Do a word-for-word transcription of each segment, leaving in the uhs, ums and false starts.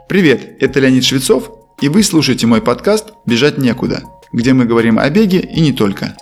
Привет, это Леонид Швецов, и вы слушаете мой подкаст «Бежать некуда», где мы говорим о беге и не только.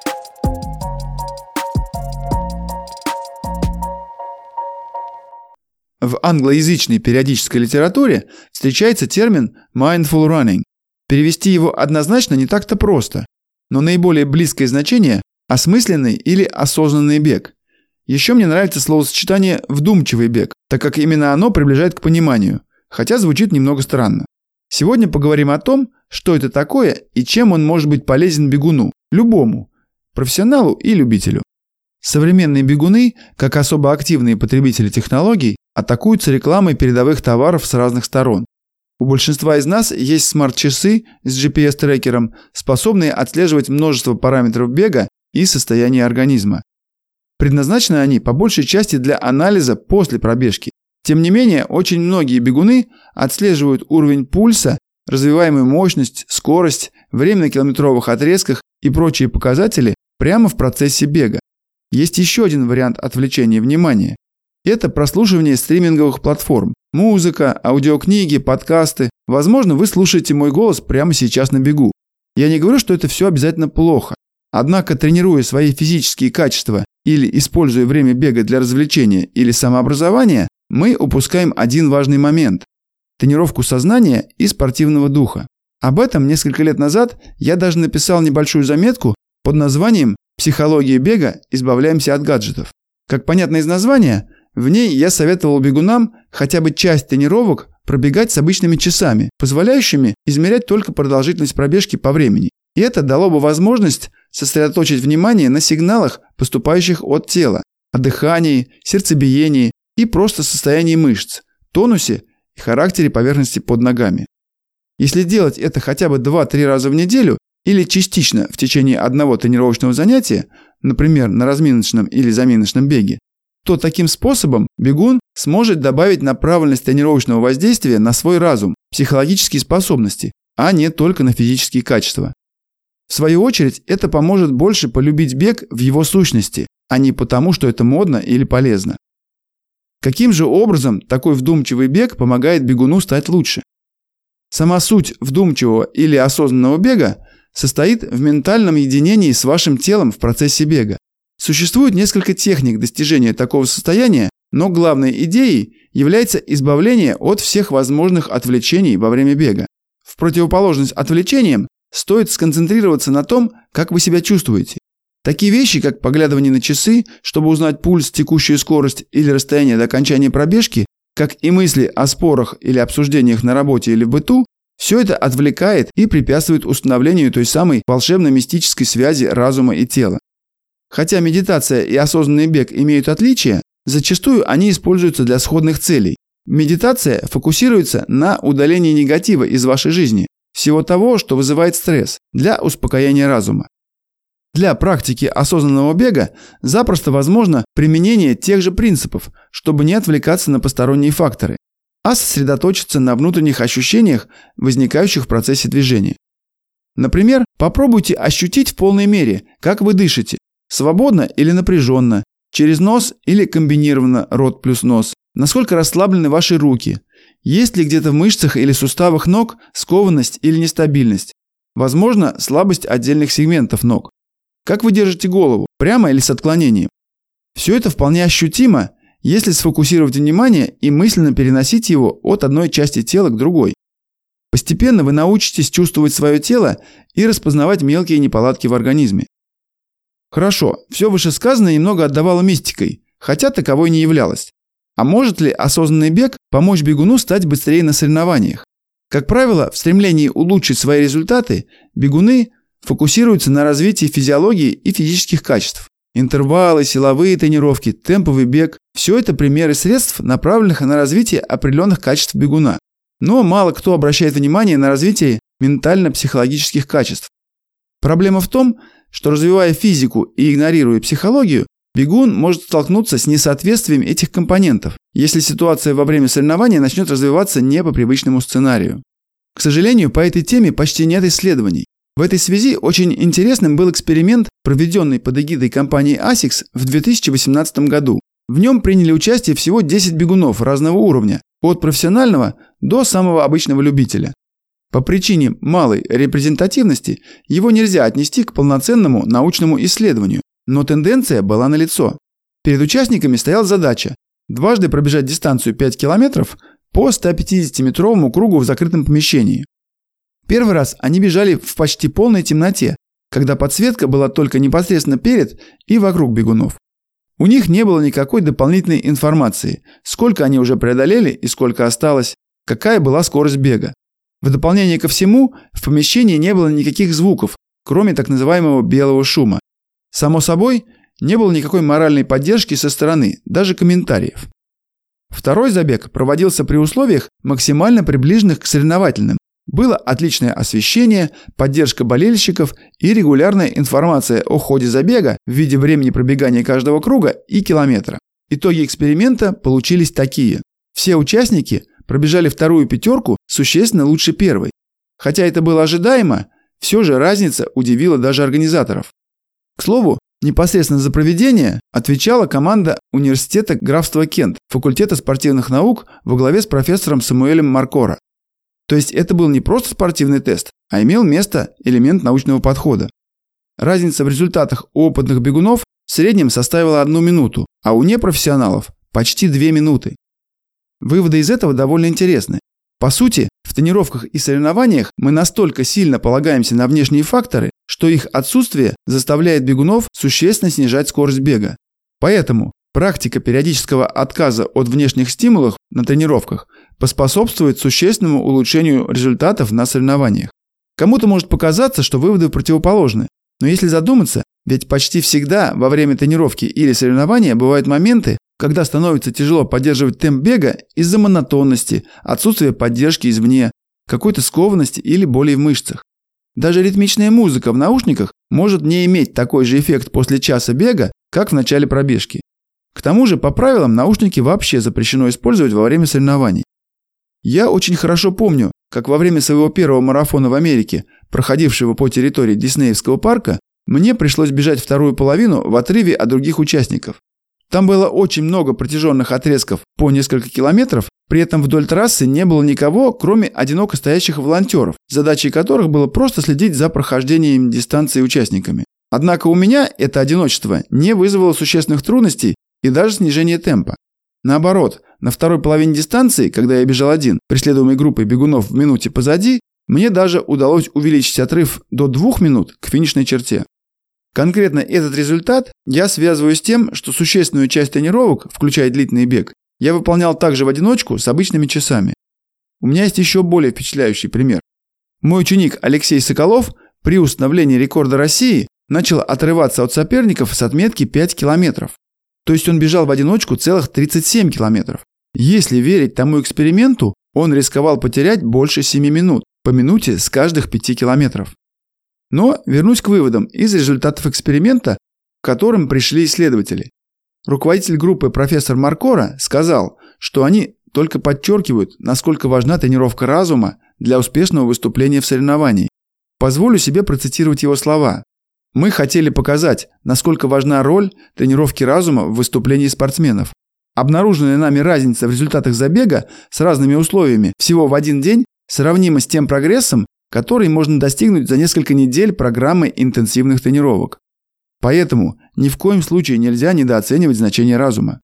В англоязычной периодической литературе встречается термин mindful running. Перевести его однозначно не так-то просто, но наиболее близкое значение – осмысленный или осознанный бег. Еще мне нравится словосочетание «вдумчивый бег», так как именно оно приближает к пониманию, хотя звучит немного странно. Сегодня поговорим о том, что это такое и чем он может быть полезен бегуну, любому, профессионалу и любителю. Современные бегуны, как особо активные потребители технологий, атакуются рекламой передовых товаров с разных сторон. У большинства из нас есть смарт-часы с джи пи эс-трекером, способные отслеживать множество параметров бега и состояния организма. Предназначены они по большей части для анализа после пробежки. Тем не менее, очень многие бегуны отслеживают уровень пульса, развиваемую мощность, скорость, время на километровых отрезках и прочие показатели прямо в процессе бега. Есть еще один вариант отвлечения внимания. Это прослушивание стриминговых платформ. Музыка, аудиокниги, подкасты. Возможно, вы слушаете мой голос прямо сейчас на бегу. Я не говорю, что это все обязательно плохо. Однако, тренируя свои физические качества или используя время бега для развлечения или самообразования, мы упускаем один важный момент – тренировку сознания и спортивного духа. Об этом несколько лет назад я даже написал небольшую заметку под названием «Психология бега. Избавляемся от гаджетов». Как понятно из названия, в ней я советовал бегунам хотя бы часть тренировок пробегать с обычными часами, позволяющими измерять только продолжительность пробежки по времени. И это дало бы возможность сосредоточить внимание на сигналах, поступающих от тела, о дыхании, сердцебиении и просто состоянии мышц, тонусе и характере поверхности под ногами. Если делать это хотя бы два-три раза в неделю или частично в течение одного тренировочного занятия, например, на разминочном или заминочном беге, то таким способом бегун сможет добавить направленность тренировочного воздействия на свой разум, психологические способности, а не только на физические качества. В свою очередь, это поможет больше полюбить бег в его сущности, а не потому, что это модно или полезно. Каким же образом такой вдумчивый бег помогает бегуну стать лучше? Сама суть вдумчивого или осознанного бега состоит в ментальном единении с вашим телом в процессе бега. Существует несколько техник достижения такого состояния, но главной идеей является избавление от всех возможных отвлечений во время бега. В противоположность отвлечениям стоит сконцентрироваться на том, как вы себя чувствуете. Такие вещи, как поглядывание на часы, чтобы узнать пульс, текущую скорость или расстояние до окончания пробежки, как и мысли о спорах или обсуждениях на работе или в быту, все это отвлекает и препятствует установлению той самой волшебно-мистической связи разума и тела. Хотя медитация и осознанный бег имеют отличия, зачастую они используются для сходных целей. Медитация фокусируется на удалении негатива из вашей жизни, всего того, что вызывает стресс, для успокоения разума. Для практики осознанного бега запросто возможно применение тех же принципов, чтобы не отвлекаться на посторонние факторы, а сосредоточиться на внутренних ощущениях, возникающих в процессе движения. Например, попробуйте ощутить в полной мере, как вы дышите, свободно или напряженно, через нос или комбинированно рот плюс нос, насколько расслаблены ваши руки, есть ли где-то в мышцах или суставах ног скованность или нестабильность, возможно, слабость отдельных сегментов ног. Как вы держите голову, прямо или с отклонением? Все это вполне ощутимо, если сфокусировать внимание и мысленно переносить его от одной части тела к другой. Постепенно вы научитесь чувствовать свое тело и распознавать мелкие неполадки в организме. Хорошо, все вышесказанное немного отдавало мистикой, хотя таковой не являлось. А может ли осознанный бег помочь бегуну стать быстрее на соревнованиях? Как правило, в стремлении улучшить свои результаты бегуны фокусируются на развитии физиологии и физических качеств. Интервалы, силовые тренировки, темповый бег – все это примеры средств, направленных на развитие определенных качеств бегуна. Но мало кто обращает внимание на развитие ментально-психологических качеств. Проблема в том, что развивая физику и игнорируя психологию, бегун может столкнуться с несоответствием этих компонентов, если ситуация во время соревнования начнет развиваться не по привычному сценарию. К сожалению, по этой теме почти нет исследований. В этой связи очень интересным был эксперимент, проведенный под эгидой компании асикс в две тысячи восемнадцатом году. В нем приняли участие всего десять бегунов разного уровня, от профессионального до самого обычного любителя. По причине малой репрезентативности его нельзя отнести к полноценному научному исследованию, но тенденция была налицо. Перед участниками стояла задача дважды пробежать дистанцию пять километров по стопятидесятиметровому кругу в закрытом помещении. Первый раз они бежали в почти полной темноте, когда подсветка была только непосредственно перед и вокруг бегунов. У них не было никакой дополнительной информации, сколько они уже преодолели и сколько осталось, какая была скорость бега. В дополнение ко всему, в помещении не было никаких звуков, кроме так называемого белого шума. Само собой, не было никакой моральной поддержки со стороны, даже комментариев. Второй забег проводился при условиях, максимально приближенных к соревновательным. Было отличное освещение, поддержка болельщиков и регулярная информация о ходе забега в виде времени пробегания каждого круга и километра. Итоги эксперимента получились такие. Все участники пробежали вторую пятерку существенно лучше первой. Хотя это было ожидаемо, все же разница удивила даже организаторов. К слову, непосредственно за проведение отвечала команда университета графства Кент, факультета спортивных наук во главе с профессором Самуэлем Маркора. То есть это был не просто спортивный тест, а имел место элемент научного подхода. Разница в результатах у опытных бегунов в среднем составила одну минуту, а у непрофессионалов почти две минуты. Выводы из этого довольно интересны. По сути, в тренировках и соревнованиях мы настолько сильно полагаемся на внешние факторы, что их отсутствие заставляет бегунов существенно снижать скорость бега. Поэтому практика периодического отказа от внешних стимулов на тренировках поспособствует существенному улучшению результатов на соревнованиях. Кому-то может показаться, что выводы противоположны, но если задуматься, ведь почти всегда во время тренировки или соревнования бывают моменты, когда становится тяжело поддерживать темп бега из-за монотонности, отсутствия поддержки извне, какой-то скованности или боли в мышцах. Даже ритмичная музыка в наушниках может не иметь такой же эффект после часа бега, как в начале пробежки. К тому же, по правилам, наушники вообще запрещено использовать во время соревнований. Я очень хорошо помню, как во время своего первого марафона в Америке, проходившего по территории Диснеевского парка, мне пришлось бежать вторую половину в отрыве от других участников. Там было очень много протяженных отрезков по несколько километров, при этом вдоль трассы не было никого, кроме одиноко стоящих волонтеров, задачей которых было просто следить за прохождением дистанции участниками. Однако у меня это одиночество не вызвало существенных трудностей и даже снижения темпа. Наоборот, на второй половине дистанции, когда я бежал один, преследуемый группой бегунов в минуте позади, мне даже удалось увеличить отрыв до двух минут к финишной черте. Конкретно этот результат я связываю с тем, что существенную часть тренировок, включая длительный бег, я выполнял также в одиночку с обычными часами. У меня есть еще более впечатляющий пример. Мой ученик Алексей Соколов при установлении рекорда России начал отрываться от соперников с отметки пять километров. То есть он бежал в одиночку целых тридцать семь километров. Если верить тому эксперименту, он рисковал потерять больше семи минут, по минуте с каждых пяти километров. Но вернусь к выводам из результатов эксперимента, к которым пришли исследователи. Руководитель группы профессор Маркора сказал, что они только подчеркивают, насколько важна тренировка разума для успешного выступления в соревновании. Позволю себе процитировать его слова. «Мы хотели показать, насколько важна роль тренировки разума в выступлении спортсменов. Обнаруженная нами разница в результатах забега с разными условиями всего в один день сравнима с тем прогрессом, который можно достигнуть за несколько недель программы интенсивных тренировок. Поэтому ни в коем случае нельзя недооценивать значение разума».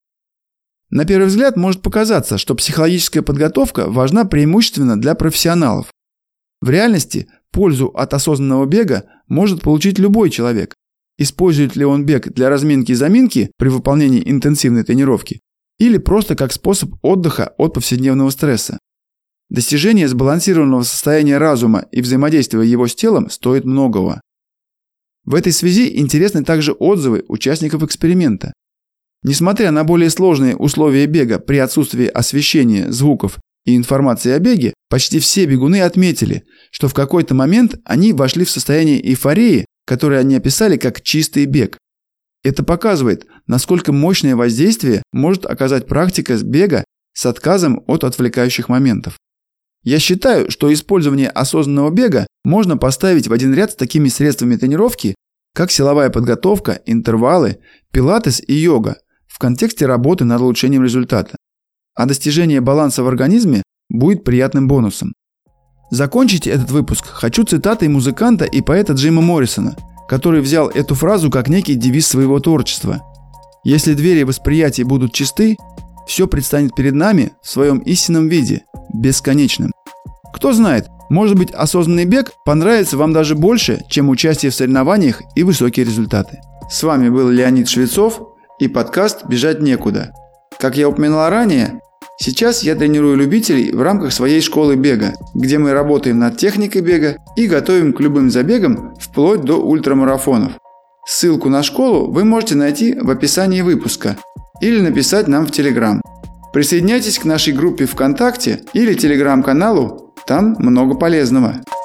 На первый взгляд может показаться, что психологическая подготовка важна преимущественно для профессионалов. В реальности пользу от осознанного бега может получить любой человек. Использует ли он бег для разминки и заминки при выполнении интенсивной тренировки или просто как способ отдыха от повседневного стресса. Достижение сбалансированного состояния разума и взаимодействия его с телом стоит многого. В этой связи интересны также отзывы участников эксперимента. Несмотря на более сложные условия бега при отсутствии освещения, звуков и информации о беге, почти все бегуны отметили, что в какой-то момент они вошли в состояние эйфории, которое они описали как чистый бег. Это показывает, насколько мощное воздействие может оказать практика бега с отказом от отвлекающих моментов. Я считаю, что использование осознанного бега можно поставить в один ряд с такими средствами тренировки, как силовая подготовка, интервалы, пилатес и йога в контексте работы над улучшением результата. а достижение баланса в организме будет приятным бонусом. Закончить этот выпуск хочу цитатой музыканта и поэта Джима Моррисона, который взял эту фразу как некий девиз своего творчества. Если двери восприятия будут чисты, все предстанет перед нами в своем истинном виде, бесконечным. Кто знает, может быть, осознанный бег понравится вам даже больше, чем участие в соревнованиях и высокие результаты. С вами был Леонид Швецов и подкаст «Бежать некуда». Как я упоминал ранее, сейчас я тренирую любителей в рамках своей школы бега, где мы работаем над техникой бега и готовим к любым забегам вплоть до ультрамарафонов. Ссылку на школу вы можете найти в описании выпуска или написать нам в Telegram. Присоединяйтесь к нашей группе ВКонтакте или Telegram-каналу, там много полезного.